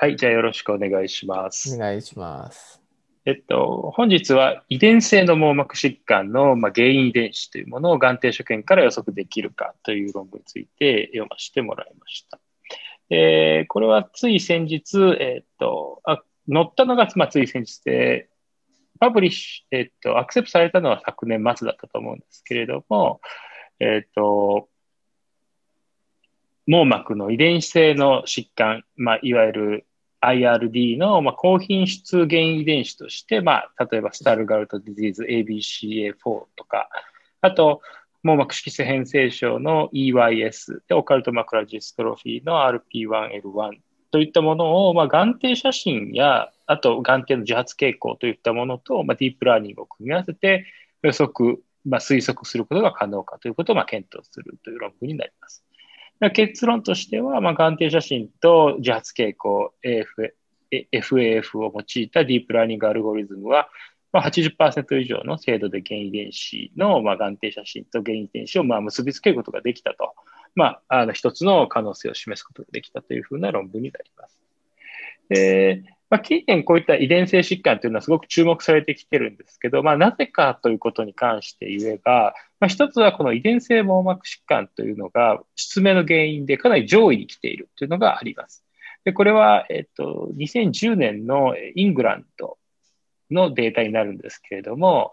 はい、じゃあよろしくお願いします。 お願いします。 本日は遺伝性の網膜疾患の、原因遺伝子というものを眼底所見から予測できるかという論文について読ませてもらいました。これはつい先日、載ったのが、つい先日で、パブリッシュ、アクセプトされたのは昨年末だったと思うんですけれども、えっと、網膜の遺伝子性の疾患、いわゆる IRD の、高品質原因遺伝子として、例えばスタルガルトディジーズ ABCA4 とか、あと、網膜色素変性症の EYS で、オカルトマクラジストロフィーの RP1L1 といったものを、眼底写真や、あと眼底の自発傾向といったものと、ディープラーニングを組み合わせて予測、推測することが可能かということを、検討するという論文になります。結論としては、眼底写真と自発傾向 FAF を用いたディープラーニングアルゴリズムは、80%以上の精度で原因遺伝子の、眼底写真と原因遺伝子を結びつけることができたと、一つの可能性を示すことができたというふうな論文になります。で、近年こういった遺伝性疾患というのはすごく注目されてきてるんですけど、なぜかということに関して言えば、一つはこの遺伝性網膜疾患というのが失明の原因でかなり上位に来ているというのがあります。で、これは、2010年のイングランドのデータになるんですけれども、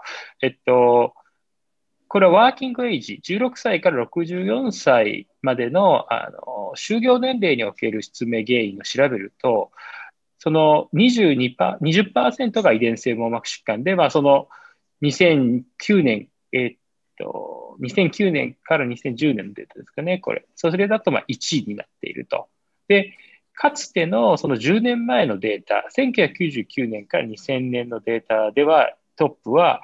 これはワーキングエイジ、16歳から64歳までの、就業年齢における失明原因を調べると、その20%が遺伝性網膜疾患で、その2009年、2009年から2010年のデータですかね、これ。それだと1位になっていると。で、かつてのその10年前のデータ、1999年から2000年のデータでは、トップは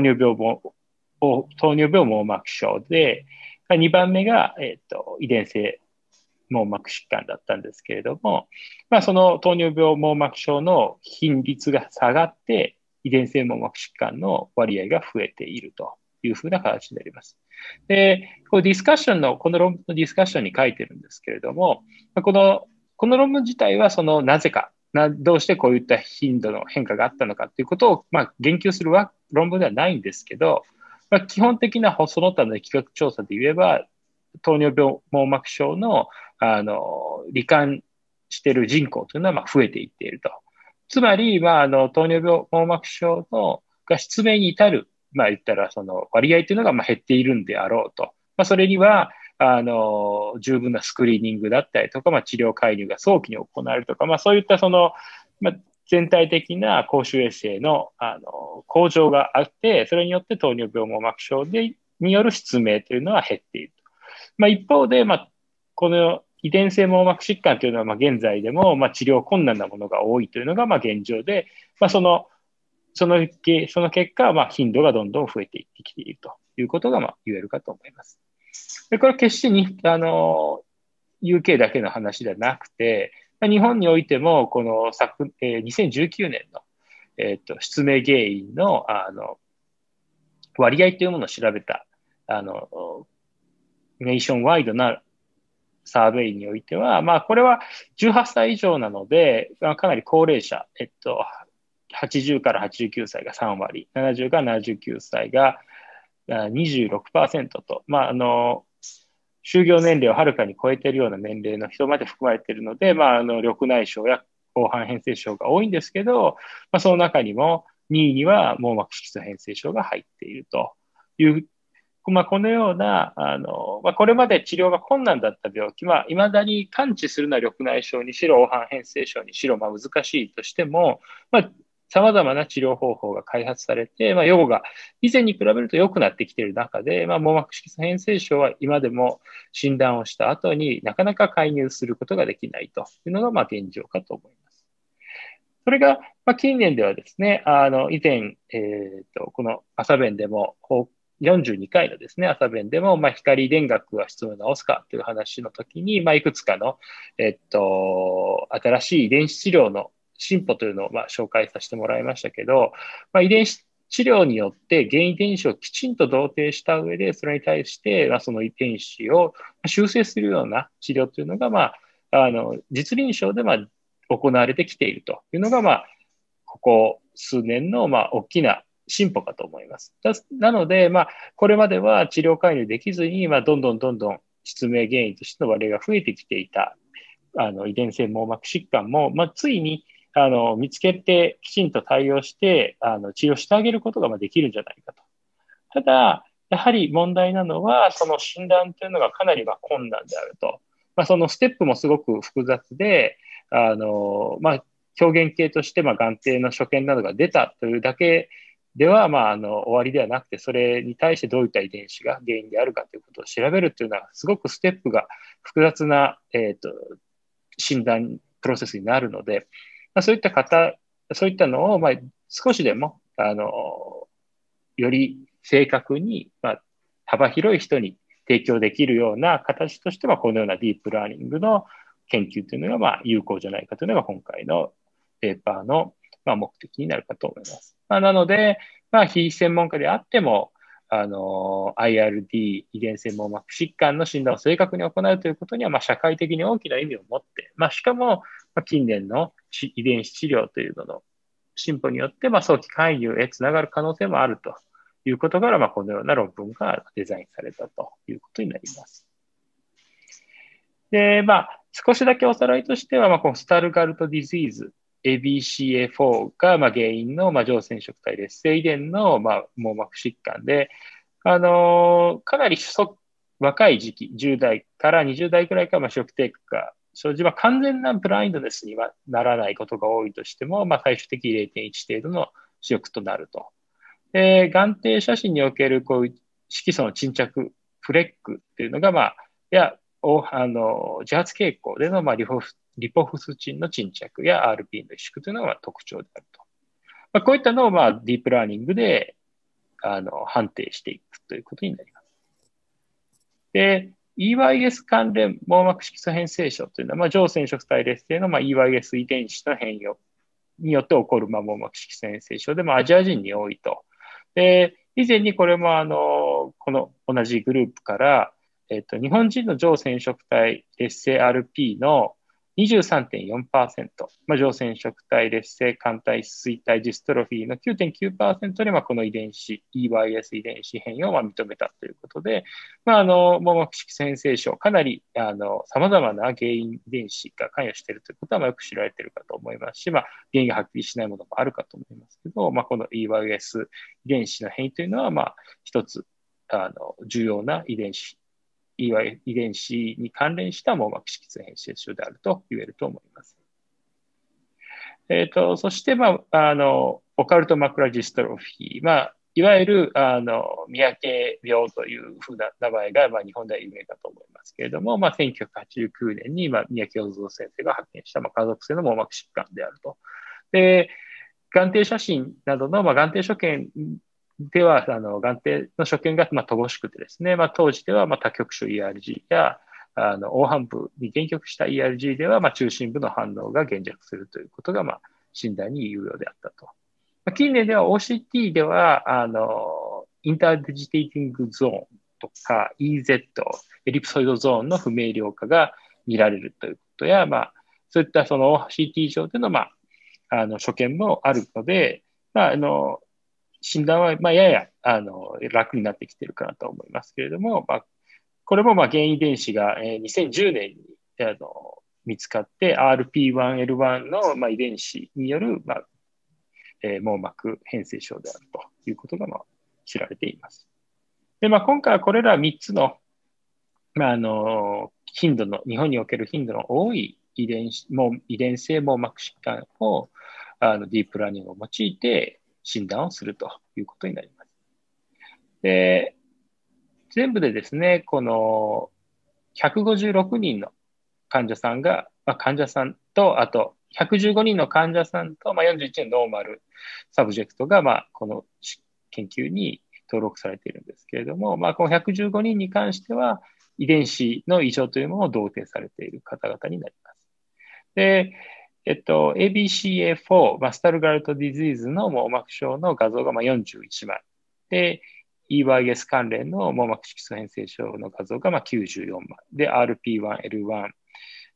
糖尿病網膜症で、2番目が、遺伝性網膜疾患だったんですけれども、その糖尿病網膜症の頻率が下がって、遺伝性網膜疾患の割合が増えているというふうな形になります。で、このディスカッションの、この論文のディスカッションに書いてるんですけれども、この論文自体はそのなぜか、どうしてこういった頻度の変化があったのかということを、言及する論文ではないんですけど、基本的なその他の疫学調査で言えば、糖尿病網膜症の罹患している人口というのは増えていっていると。つまり、糖尿病網膜症が失明に至る、言ったらその割合というのが減っているんであろうと。それには、十分なスクリーニングだったりとか、治療介入が早期に行われるとか、そういったその、全体的な公衆衛生の、向上があって、それによって糖尿病網膜症による失明というのは減っている。一方で、この遺伝性網膜疾患というのは、現在でも、治療困難なものが多いというのが、現状で、その結果、頻度がどんどん増えていってきているということが、言えるかと思います。で、これは決してに、UK だけの話ではなくて、日本においても、この2019年の、失明原因の、割合というものを調べた、ネーションワイドなサーベイにおいては、これは18歳以上なので、かなり高齢者、80から89歳が3割、70から79歳が26%と、就業年齢をはるかに超えているような年齢の人まで含まれているので、緑内障や広範変性症が多いんですけど、その中にも2位には網膜色素変性症が入っているというこのような、これまで治療が困難だった病気は、未だに完治するのは緑内障にしろ、黄斑変性症にしろ、難しいとしても、様々な治療方法が開発されて、予後が以前に比べると良くなってきている中で、網膜色素変性症は今でも診断をした後になかなか介入することができないというのが、現状かと思います。それが、近年ではですね、以前、この朝弁でも42回のですね、朝弁でも、光電学は失明を治すかという話の時に、いくつかの、新しい遺伝子治療の進歩というのを、紹介させてもらいましたけど、遺伝子治療によって原因遺伝子をきちんと同定した上で、それに対して、その遺伝子を修正するような治療というのが、実臨床で行われてきているというのが、ここ数年の、大きな進歩かと思います。なので、これまでは治療介入できずに、どんどん失明原因としての割合が増えてきていた、遺伝性網膜疾患も、ついに、見つけてきちんと対応して、治療してあげることができるんじゃないかと。ただ、やはり問題なのは、その診断というのがかなり困難であると。そのステップもすごく複雑で、表現系として、眼底の所見などが出たというだけでは、終わりではなくて、それに対してどういった遺伝子が原因であるかということを調べるというのは、すごくステップが複雑な、診断プロセスになるので、そういったのを、少しでも、より正確に、幅広い人に提供できるような形としては、このようなディープラーニングの研究というのが、有効じゃないかというのが今回のペーパーの、目的になるかと思います。なので、非専門家であっても、IRD、遺伝性網膜疾患の診断を正確に行うということには、社会的に大きな意味を持って、しかも、近年の遺伝子治療というのの進歩によって、早期介入へつながる可能性もあるということから、このような論文がデザインされたということになります。で、少しだけおさらいとしては、このスタルガルトディジーズ、ABCA4 が原因の上染色体劣性遺伝の網膜疾患で、かなり若い時期、10代から20代くらいから視力低下が生じ、完全なブラインドネスにはならないことが多いとしても、最終的に0.1程度の視力となると。で、眼底写真におけるこういう色素の沈着、フレックっていうのが、自発傾向での、リポフスチンの沈着や RP の萎縮というのが特徴であると。こういったのを、ディープラーニングで、判定していくということになります。で、EYS 関連網膜色素変性症というのは、上染色体劣勢の、EYS 遺伝子の変異によって起こる、網膜色素変性症でもアジア人に多いと。で、以前にこれも、この同じグループから、日本人の上染色体劣性 RP の23.4%、上染色体劣性肝体衰体ディストロフィーの9.9% で、この遺伝子、EYS 遺伝子変異を認めたということで、網膜色素変性症、かなり様々な原因遺伝子が関与しているということはよく知られているかと思いますし、原因がはっきりしないものもあるかと思いますけど、この EYS 遺伝子の変異というのは、一つ、重要な遺伝子遺伝子に関連した網膜色素変性症であると言えると思います。そして、オカルトマクラジストロフィー、いわゆる、三宅病というふうな名前が、日本では有名かと思いますけれども、1989年に、三宅洋三先生が発見した、家族性の網膜疾患であると。で、眼底写真などの、眼底所見では、眼底の所見が、乏しくてですね、当時では、多局所 ERG や、黄斑部に限局した ERG では、中心部の反応が減弱するということが、診断に有用であったと。近年では OCT では、インターデジテーティングゾーンとか EZ、エリプソイドゾーンの不明瞭化が見られるということや、そういったその OCT 上での、所見もあるので、診断は、やや、楽になってきているかなと思いますけれども、これも、原因遺伝子が、2010年に、見つかって、RP1L1 の、遺伝子による、網膜変性症であるということが、知られています。で、今回はこれら3つの、頻度の、日本における頻度の多い遺伝性網膜疾患を、ディープラーニングを用いて診断をするということになります。で、全部でですね、この156人の患者さんが、患者さんと、あと115人の患者さんと、41人のノーマルサブジェクトが、この研究に登録されているんですけれども、この115人に関しては、遺伝子の異常というものを同定されている方々になります。で、ABCA4、スタルガルトディジーズの網膜症の画像が41枚。で、EYS 関連の網膜色素変性症の画像が94枚。で、RP1、L1、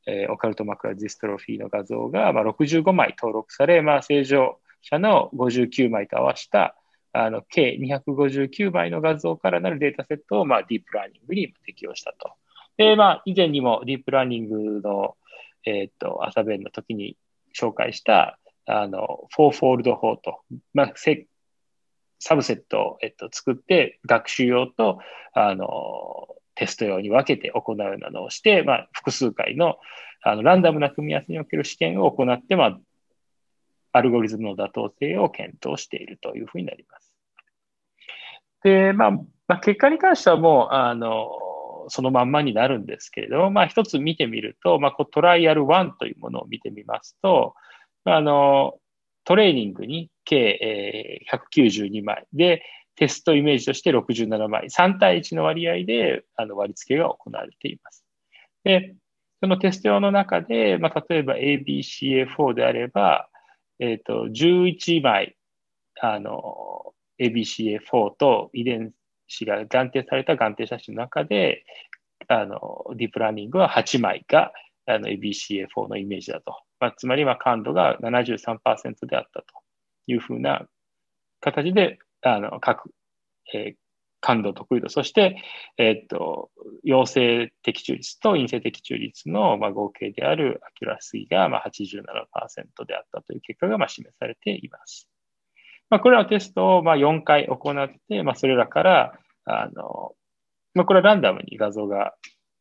オカルトマクラディストロフィーの画像が、65枚登録され、正常者の59枚と合わせた計259枚の画像からなるデータセットを、ディープラーニングに適用したと。で、以前にもディープラーニングの、朝弁の時に紹介した、フォーフォールド法と、サブセットを、作って、学習用と、テスト用に分けて行うようなのをして、複数回の、ランダムな組み合わせにおける試験を行って、アルゴリズムの妥当性を検討しているというふうになります。で、結果に関してはもう、そのまんまになるんですけれども、一つ見てみると、トライアル1というものを見てみますと、トレーニングに計、192枚で、テストイメージとして67枚、3対1の割合で割り付けが行われています。で、そのテスト用の中で、例えば ABCA4 であれば、11枚、ABCA4 と遺伝子が眼定された眼定写真の中で、ディープラーニングは8枚がABCA4 のイメージだと。つまり、感度が 73% であったというふうな形で、各、感度得意度、そして、陽性的中率と陰性的中率の、合計であるアキュラシーが、87% であったという結果が、示されています。これらのテストを、4回行って、それらから、これはランダムに画像が、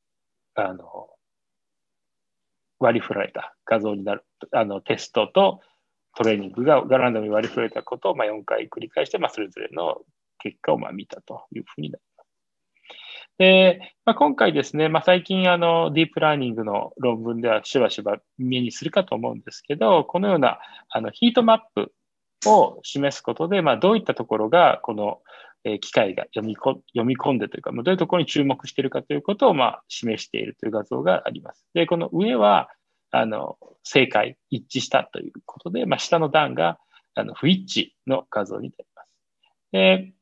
割り振られた画像になる、テストとトレーニングがランダムに割り振られたことを4回繰り返して、それぞれの結果を見たというふうになります。で、今回ですね、最近ディープラーニングの論文ではしばしば目にするかと思うんですけど、このようなヒートマップを示すことで、どういったところがこの機械が読み込んでというか、どういうところに注目しているかということを示しているという画像があります。で、この上は正解、一致したということで、下の段が不一致の画像になります。で、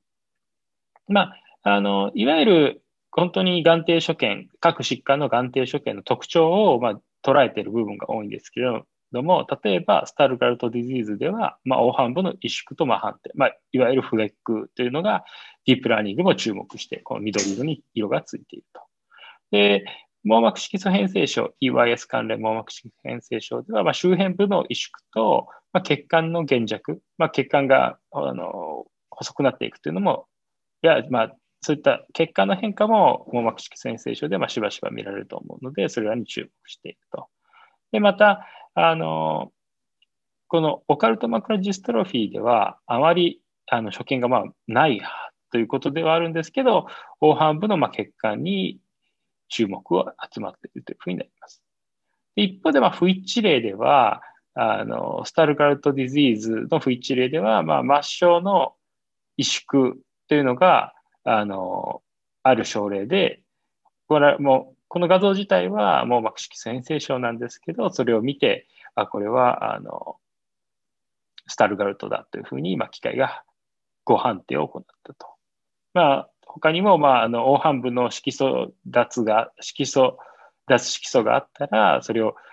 いわゆる本当に眼底所見、各疾患の眼底所見の特徴を捉えている部分が多いんですけれども、例えばスタルガルトディジーズでは、黄斑部の萎縮と判定、いわゆるフレックというのがディープラーニングも注目して、この緑色に色がついていると。で、網膜色素変性症、EYS 関連網膜色素変性症では、周辺部の萎縮と、血管の減弱、血管が細くなっていくというのも、そういった血管の変化も網膜色素変性症でしばしば見られると思うので、それらに注目していると。で、また、このオカルトマクラジストロフィーでは、あまり所見がないということではあるんですけど、黄斑部の血管に注目を集まっているというふうになります。一方で、不一致例では、スタルガルトディジーズの不一致例では、末梢の萎縮というのが、ある症例で、この画像自体は網膜色素変性症なんですけど、それを見て、これは、スタルガルトだというふうに、機械がご判定を行ったと。他にも、黄斑部の色素脱色素があったら、それを、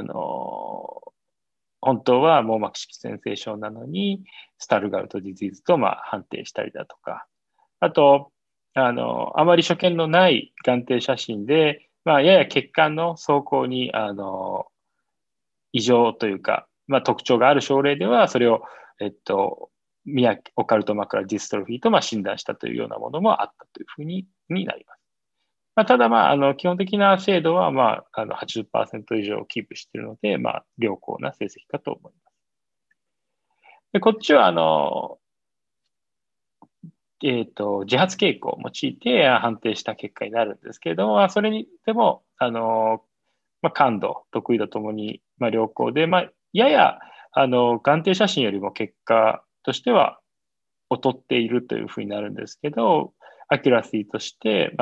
本当は網膜色素変性症なのに、スタルガルトディジーズと判定したりだとか、あと、あまり所見のない眼底写真で、やや血管の走行に、異常というか、特徴がある症例では、それを、オカルトマクラディストロフィーと診断したというようなものもあったというふうになります。ただ、基本的な精度は、80% 以上をキープしているので、良好な成績かと思います。で、こっちは、自発傾向を用いて判定した結果になるんですけれども、それにでも、感度、得意度ともに、良好で、やや、眼底写真よりも結果としては劣っているというふうになるんですけど、アキュラシーとして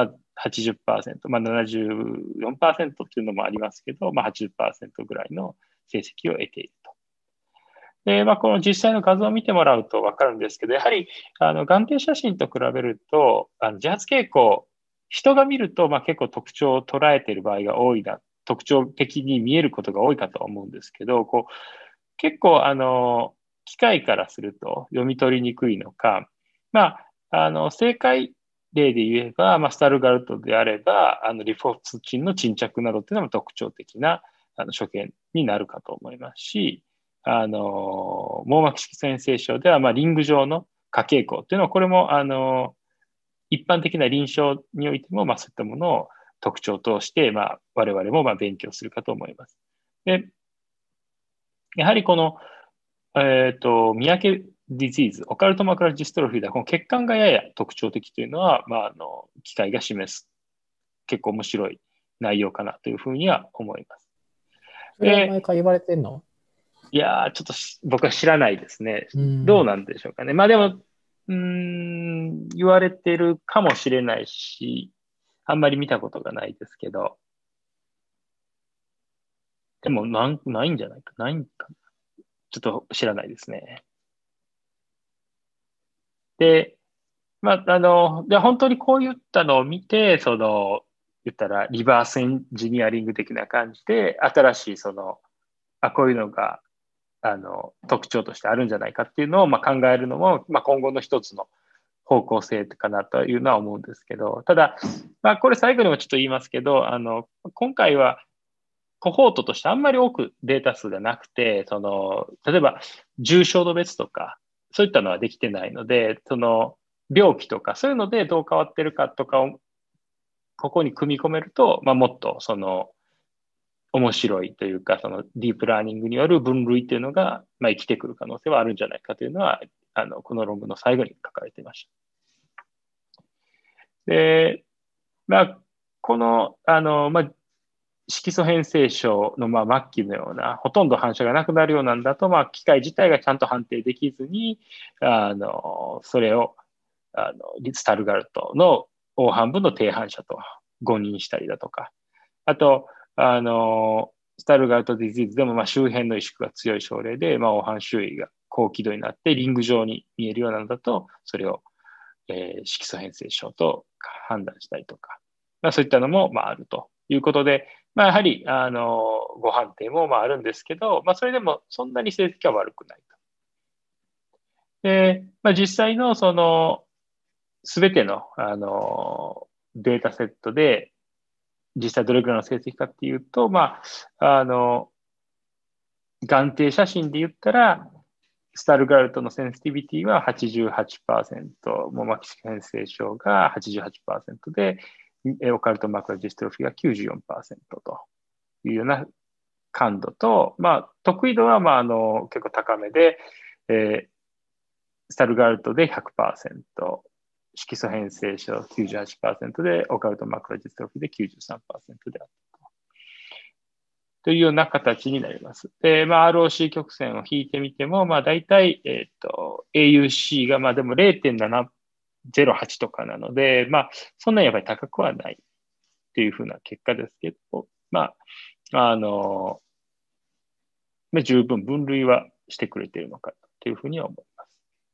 、80%、74% っていうのもありますけど、80% ぐらいの成績を得ていると。で、この実際の画像を見てもらうと分かるんですけど、やはり、眼底写真と比べると、自発傾向、人が見ると、結構特徴を捉えている場合が多いな特徴的に見えることが多いかと思うんですけど、結構、機械からすると読み取りにくいのか、正解例で言えば、スタルガルトであれば、リフォスチンの沈着などっていうのも特徴的な、所見になるかと思いますし、網膜色素変性症では、リング上の下傾向っていうのは、これも、一般的な臨床においても、そういったものを特徴として、我々も勉強するかと思います。で、やはりこの、三宅ディジーズ、オカルトマクラジストロフィーでは、この血管がやや特徴的というのは、機械が示す、結構面白い内容かなというふうには思います。 それは前から言われてんの？ いやー、ちょっと僕は知らないですね。 うん。 どうなんでしょうかね。でも、言われてるかもしれないし、あんまり見たことがないですけど、でもないんじゃないか。ないんかな。ちょっと知らないですね。で、本当にこういったのを見て、言ったら、リバースエンジニアリング的な感じで、新しい、こういうのが、特徴としてあるんじゃないかっていうのを、考えるのも、今後の一つの方向性かなというのは思うんですけど、ただ、これ最後にもちょっと言いますけど、今回は、コホートとしてあんまり多くデータ数がなくて、例えば重症度別とか、そういったのはできてないので、病気とか、そういうのでどう変わってるかとかを、ここに組み込めると、もっと面白いというか、ディープラーニングによる分類というのが、生きてくる可能性はあるんじゃないかというのは、この論文の最後に書かれていました。で、この、色素変性症の末期のような、ほとんど反射がなくなるようなんだと、機械自体がちゃんと判定できずに、それを、スタルガルトの大半分の低反射と誤認したりだとか、あと、スタルガルトディジーズでも周辺の萎縮が強い症例で、黄斑周囲が高輝度になってリング状に見えるようなんだと、それを、色素変性症と判断したりとか、そういったのも、あるということで、やはり、ご判定も、あるんですけど、それでもそんなに成績は悪くないと。で、実際のすべての、データセットで、実際どれくらいの成績かっていうと、眼底写真で言ったら、スタルガルトのセンシティビティは88%、網膜色変性症が88%で、オカルトマクロディストロフィーが94%というような感度と、得意度は結構高めで、スタルガルトで100%、色素変性症98%で、オカルトマクロディストロフィーで93%であった。というような形になります。で、ROC 曲線を引いてみても、大体、AUC が、でも0.708とかなので、そんなにやっぱり高くはないっていうふうな結果ですけど、あの、十分分類はしてくれているのかというふうには思います。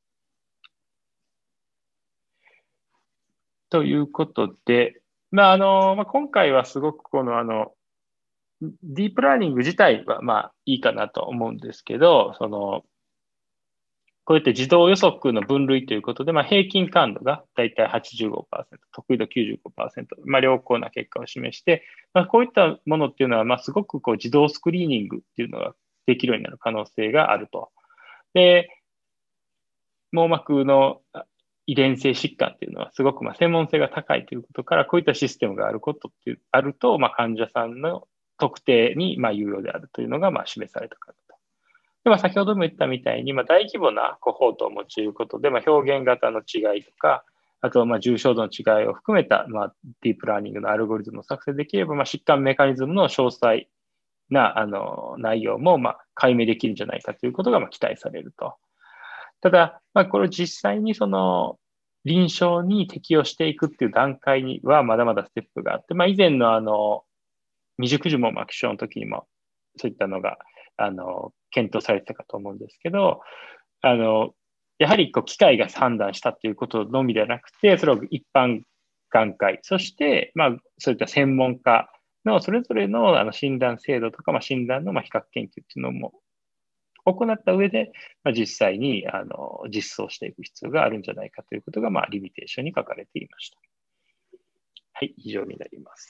ということで、今回はすごくディープラーニング自体はいいかなと思うんですけど、こうやって自動予測の分類ということで、平均感度がだいたい85%、得意度95%、良好な結果を示して、こういったものっていうのは、すごく自動スクリーニングっていうのができるようになる可能性があると。で、網膜の遺伝性疾患っていうのはすごく専門性が高いということから、こういったシステムがあると、患者さんの特定に有用であるというのが示されたからと。で、先ほども言ったみたいに、大規模なコホートを用いることで、表現型の違いとか、あと、重症度の違いを含めた、ディープラーニングのアルゴリズムを作成できれば、疾患メカニズムの詳細な、内容も、解明できるんじゃないかということが、期待されると。ただ、これを実際に臨床に適用していくっていう段階には、まだまだステップがあって、以前の未熟樹網膜症の時にも、そういったのが、検討されてたかと思うんですけど、やはり機械が判断したということのみではなくて、それを一般眼科医、そして、そういった専門家のそれぞれの診断制度とか、診断の比較研究っていうのも行った上で、実際に実装していく必要があるんじゃないかということが、リミテーションに書かれていました。はい、以上になります。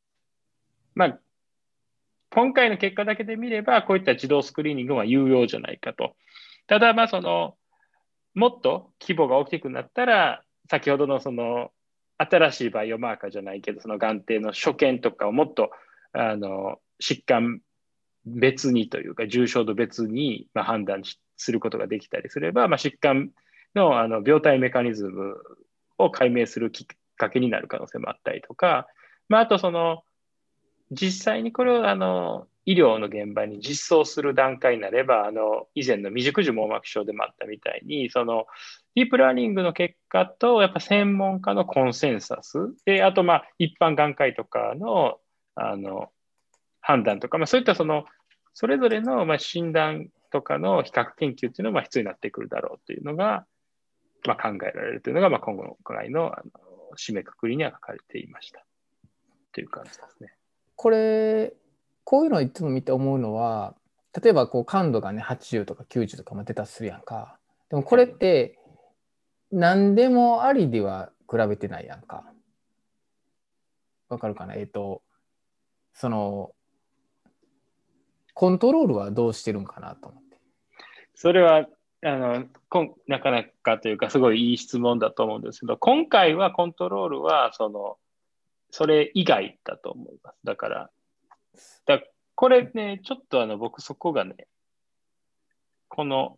今回の結果だけで見れば、こういった自動スクリーニングは有用じゃないかと。ただ、もっと規模が大きくなったら、先ほどの新しいバイオマーカーじゃないけど、その眼底の所見とかをもっと、疾患別にというか、重症度別に判断することができたりすれば、疾患の病態メカニズムを解明するきっかけになる可能性もあったりとか、あと実際にこれを医療の現場に実装する段階になれば、以前の未熟児網膜症でもあったみたいに、ディープラーニングの結果と、やっぱ専門家のコンセンサスで、あと一般眼科医とかの判断とか、そういったそれぞれの診断とかの比較研究っていうのが必要になってくるだろうというのが、考えられるというのが、今回の締めくくりには書かれていましたという感じですね。 こういうのをいつも見て思うのは、例えば感度がね80とか90とかも出たりするやんか。でもこれって何でもありでは比べてないやんか。わかるかな。コントロールはどうしてるんかなと思って。 それはなかなかというかすごいいい質問だと思うんですけど、今回はコントロールはそれ以外だと思います。だからこれね、ちょっと僕そこがね、この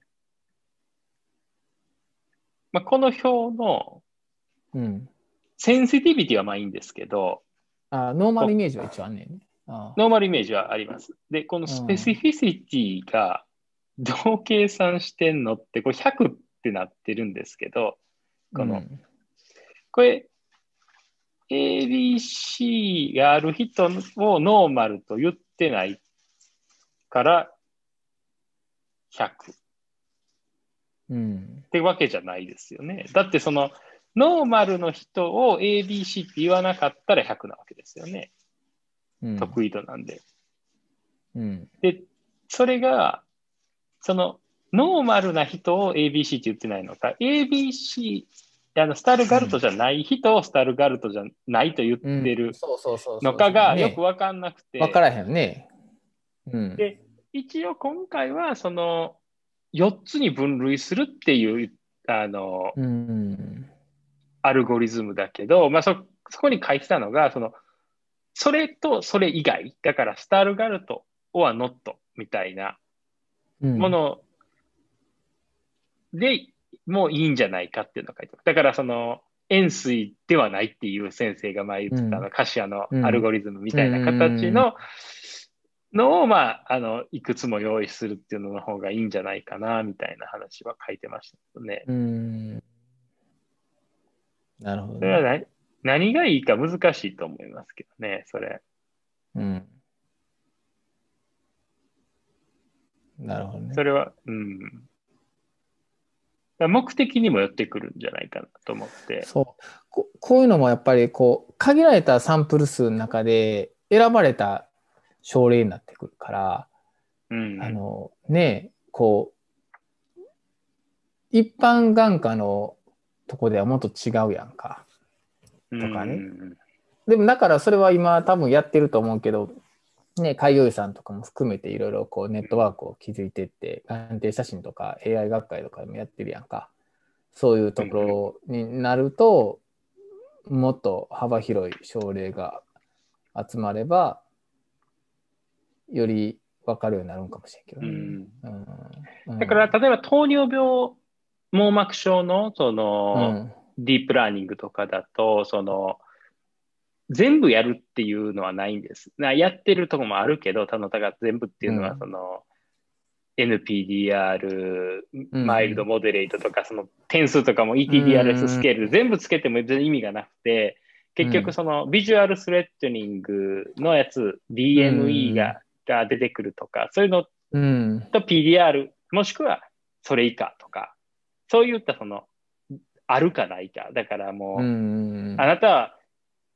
表のセンシティビティはまあいいんですけど、 ノーマルイメージは一応あんねんね。 ノーマルイメージはあります。で、このスペシフィシティがどう計算してんのって、これ100ってなってるんですけど、これ、ABC がある人をノーマルと言ってないから100。ってわけじゃないですよね。だってノーマルの人を ABC って言わなかったら100なわけですよね。得意度なんで。で、それが、ノーマルな人を ABC って言ってないのか、ABC、スタルガルトじゃない人をスタルガルトじゃないと言ってるのかがよくわかんなくて。 わからへんね。 で、一応今回は4つに分類するっていうアルゴリズムだけど、そこに書いてたのが、それとそれ以外、だからスタルガルト or not みたいなものでもういいんじゃないかっていうのが書いてます。だから円錐ではないっていう先生が前言ってたカシアのアルゴリズムみたいな形のを、いくつも用意するっていうのの方がいいんじゃないかな、みたいな話は書いてましたけどね。 なるほど、ね。 それは何がいいか難しいと思いますけどね、それ。 なるほどね。 それは、目的にもよってくるんじゃないかなと思って。 こういうのもやっぱり限られたサンプル数の中で選ばれた症例になってくるから、一般眼科のとこではもっと違うやんか。とかね。でもだからそれは今多分やってると思うけど、開業医さんとかも含めていろいろネットワークを築いてって、眼底写真とか AI 学会とかでもやってるやんか。そういうところになると、もっと幅広い症例が集まれば、より分かるようになるんかもしれんけどね。 だから、例えば糖尿病網膜症のディープラーニングとかだと、全部やるっていうのはないんです。やってるとこもあるけど、ただ全部っていうのはNPDR、マイルド、モデレートとか、点数とかも ETDRS スケールで全部つけても全然意味がなくて、結局ビジュアルスレッドニングのやつ、DME が出てくるとか、そういうのと PDR、もしくはそれ以下とか、そういったあるかないか。だからもう、あなたは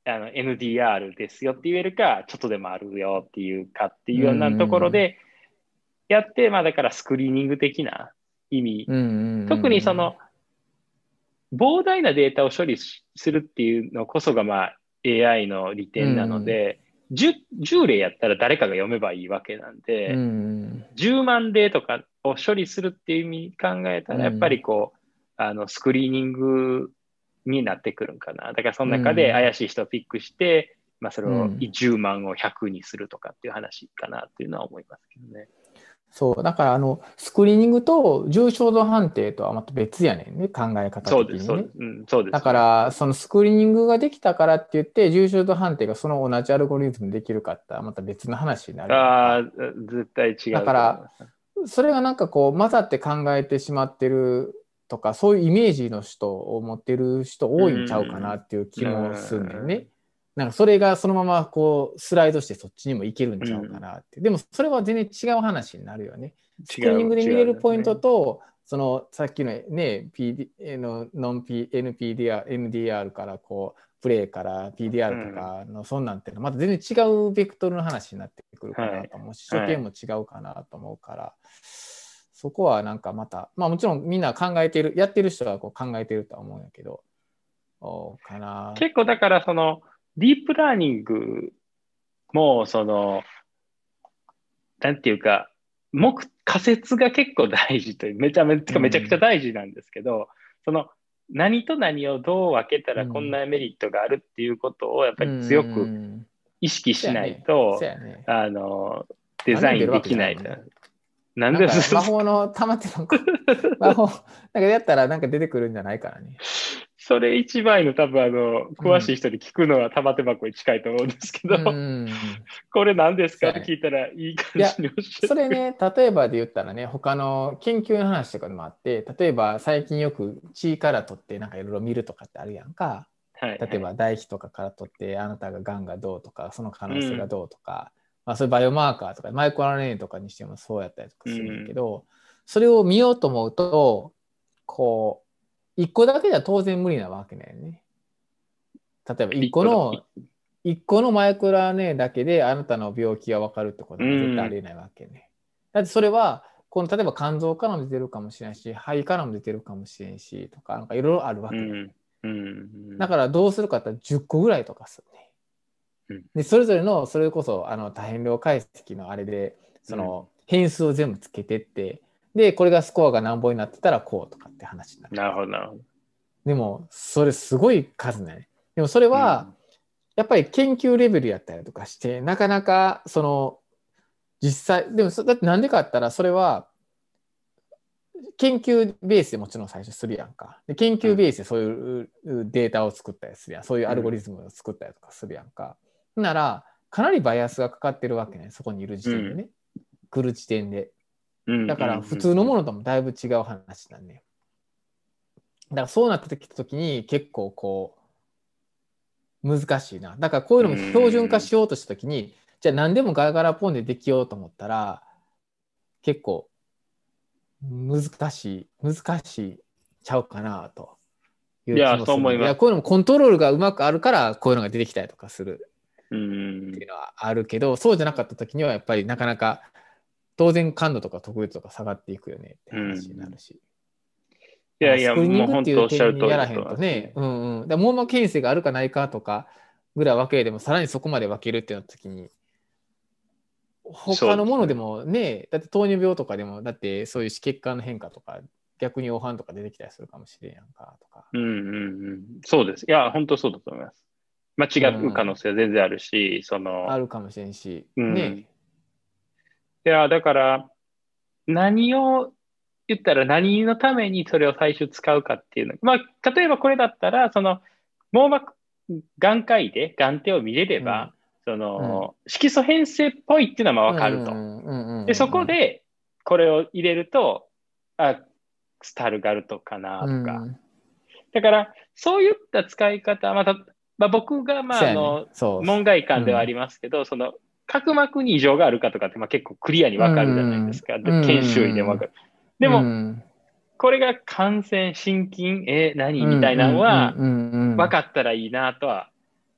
NDR ですよって言えるか、ちょっとでもあるよっていうかっていうようなところでやって、まあだからスクリーニング的な意味、特にその膨大なデータを処理するっていうのこそがまあ AI の利点なので、10例やったら誰かが読めばいいわけなんで、10万例とかを処理するっていう意味考えたら、やっぱりこう、スクリーニングになってくるんかな。だからその中で怪しい人をピックして、まあそれを10万を100にするとかっていう話かなっていうのは思いますけどね。 そう、だからスクリーニングと重症度判定とはまた別やねんね、考え方的にね。 そうです。 だから、そのスクリーニングができたからって言って、重症度判定がその同じアルゴリズムできるかってまた別の話になるやんか。 ああ、絶対違うと思います。 だから、それがなんかこう混ざって考えてしまってるとか、そういうイメージの人を持ってる人多いんちゃうかなっていう気もするんだよね。なんかそれがそのままこうスライドしてそっちにもいけるんちゃうかなって。でもそれは全然違う話になるよね。スクリーニングで見れるポイントと、そのさっきのね、NDR からこう、プレイから PDR とかのそんなんていうのはまた全然違うベクトルの話になってくるかなと思うし、処刑も違うかなと思うから、そこはなんかまた、まあもちろんみんな考えている、やってる人はこう考えてるとは思うんやけど、かな。 結構だからその、ディープラーニングも、その、なんていうか、仮説が結構大事という、めちゃくちゃ大事なんですけど、その、何と何をどう分けたらこんなメリットがあるっていうことをやっぱり強く意識しないと、デザインできない。 なんで魔法の玉手箱、魔法、なんかやったらなんか出てくるんじゃないからね。 それ一番の多分詳しい人に聞くのは玉手箱に近いと思うんですけど、これ何ですかって聞いたらいい感じに教えて。 それね、例えばで言ったらね、他の研究の話とかでもあって、例えば最近よく血から取ってなんかいろいろ見るとかってあるやんか。例えば唾液とかから取ってあなたががんがどうとか、その可能性がどうとか、まあそういうバイオマーカーとかマイクロ RNA とかにしてもそうやったりとかするんだけど、それを見ようと思うと、こう、一個だけでは当然無理なわけだよね。例えば一個のマイクロ RNA だけであなたの病気が分かるってことは絶対ありえないわけね。だってそれは例えば肝臓からも出てるかもしれないし、肺からも出てるかもしれんしとか、なんかいろいろあるわけ、だからどうするかって10個ぐらいとかするね。でそれぞれのそれこそ多変量解析のあれでその変数を全部つけてって、でこれがスコアが何本になってたらこうとかって話になる。 なるほどなるほど。 でもそれすごい数ね。でもそれは、やっぱり研究レベルやったりとかしてなかなかその実際でもだってなんでかって言ったらそれは研究ベースでもちろん最初するやんか。で研究ベースでそういうデータを作ったりするやん。そういうアルゴリズムを作ったりとかするやんか。ならかなりバイアスがかかってるわけね、そこにいる時点でね、来る時点で。だから普通のものともだいぶ違う話なんね。だからそうなってきた時に結構こう難しいな。だからこういうのも標準化しようとした時に、じゃあ何でもガラガラポンでできようと思ったら結構難しいちゃうかなという気もする。いや、そう思います。いや、こういうのもコントロールがうまくあるからこういうのが出てきたりとかするっていうのはあるけど、そうじゃなかった時にはやっぱりなかなか当然感度とか特別とか下がっていくよねって話になるし。 いやいや、 スクリーニングっていう点にやらへんとね、だ網膜変性があるかないかとかぐらい分けでもさらにそこまで分けるってなった時に、他のものでもね、だって糖尿病とかでもだってそういう血管の変化とか逆に黄斑とか出てきたりするかもしれんやんかとか。 そうです。いや本当そうだと思います。間違う可能性は全然あるし、 あるかもしれんし、ね。 いやだから何を言ったら何のためにそれを最初使うかっていうの。まあ、例えばこれだったら、その、網膜眼科医で眼底を見れれば、その、色素変性っぽいっていうのはわかると。で、そこで、これを入れると、スタルガルトかなとか。だから、そういった使い方、まあ、僕が、門外漢ではありますけど、その、角膜に異常があるかとかって、結構クリアにわかるじゃないですか。研修医でもわかる。でも、これが感染、心筋、何みたいなのは、分かったらいいなとは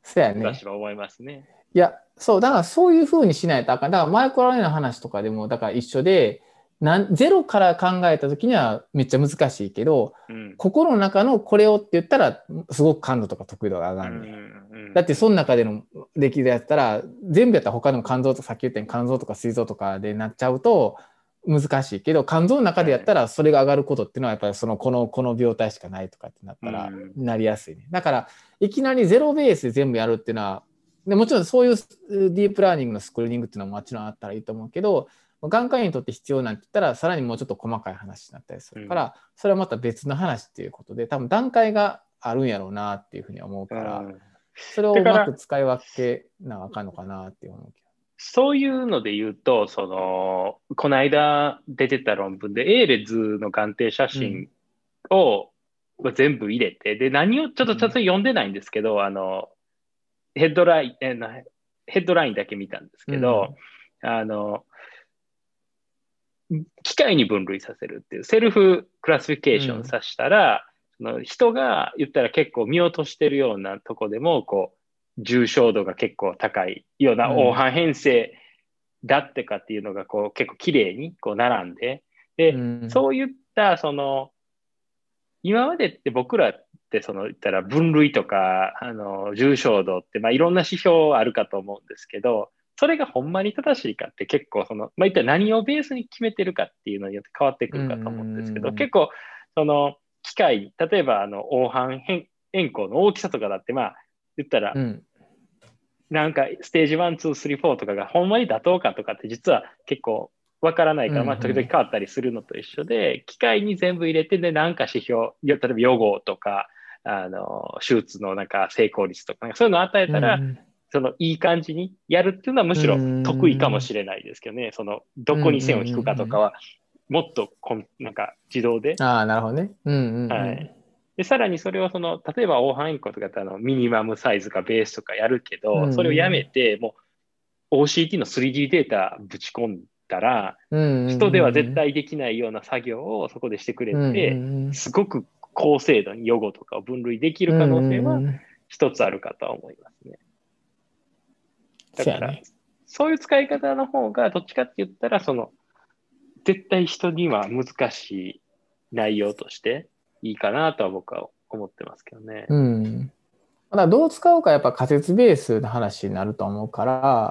そうやね。 私は思いますね。 いや、そう、だからそういうふうにしないとあかん。だからマイクロアレの話とかでも、だから一緒で、ゼロから考えた時にはめっちゃ難しいけど、 うん。 心の中のこれをって言ったら、すごく感度とか得意度が上がるね。だって、その中での出来でやったら、全部やったら他の肝臓とか、さっき言ったように肝臓とか膵臓とかでなっちゃうと難しいけど、肝臓の中でやったらそれが上がることっていうのは、やっぱりこの病態しかないとかってなったら、なりやすいね。だから、いきなりゼロベースで全部やるっていうのは、でもちろんそういうディープラーニングのスクリーニングっていうのはもちろんあったらいいと思うけど、眼科医にとって必要なんて言ったら、さらにもうちょっと細かい話になったりするから、それはまた別の話っていうことで、多分段階があるんやろうなっていうふうに思うから、それをうまく使い分けなあかんのかなって思うけど。 そういうので言うと、この間出てた論文で、エーレズの眼底写真を全部入れて、で、何を、ちょっと読んでないんですけど、ヘッドライン、ヘッドラインだけ見たんですけど、機械に分類させるっていうセルフクラシフィケーションさせたら、人が言ったら結構見落としてるようなとこでも、こう、重症度が結構高いような黄斑変性だってかっていうのがこう結構綺麗にこう並んで、で、そういった今までって僕らって言ったら分類とか、重症度って、まあいろんな指標あるかと思うんですけど、それがほんまに正しいかって結構まあ一体何をベースに決めてるかっていうのによって変わってくるかと思うんですけど、結構、機械、例えば黄斑変更の大きさとかだって、まあ言ったら、なんかステージ1、2、3、4とかがほんまに妥当かとかって実は結構わからないから、まあ時々変わったりするのと一緒で、機械に全部入れて、で、なんか指標、例えば予後とか、手術のなんか成功率とか、そういうのを与えたら、いい感じにやるっていうのはむしろ得意かもしれないですけどね、どこに線を引くかとかは、もっとなんか自動で。 ああ、なるほどね。 はい。で、さらにそれを例えば黄斑変更とかってミニマムサイズかベースとかやるけど、それをやめて、もう OCT の 3D データぶち込んだら、人では絶対できないような作業をそこでしてくれて、すごく高精度に予後とかを分類できる可能性は一つあるかとは思いますね。だから、そういう使い方の方が、どっちかって言ったら、絶対人には難しい内容としていいかなとは僕は思ってますけどね。 だからどう使うかやっぱ仮説ベースの話になると思うから、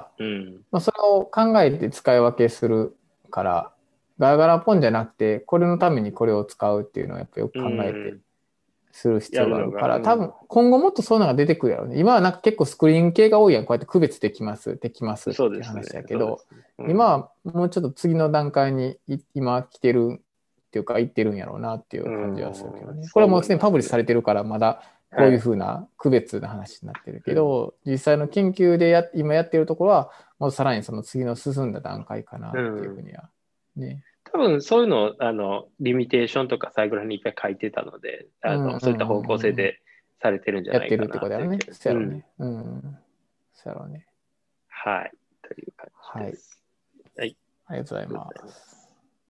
まあ、それを考えて使い分けするから、ガラガラポンじゃなくて、これのためにこれを使うっていうのをやっぱよく考えてする必要があるから、多分今後もっとそういうのが出てくるやろうね。今はなんか結構スクリーン系が多いやん。こうやって区別できますっていう話やけど、今はもうちょっと次の段階に今来てるっていうか行ってるんやろうなっていう感じはするけどね。これはもうすでにパブリッシュされてるからまだこういうふうな区別な話になってるけど、実際の研究で今やってるところは、もうさらにその次の進んだ段階かなっていうふうにはね。 多分そういうのを、リミテーションとか最後らにいっぱい書いてたので、そういった方向性でされてるんじゃないかなっていう。 やってるってことだよね。そうやろうね。そうやろうね。 はい。という感じです。はい。 ありがとうございます。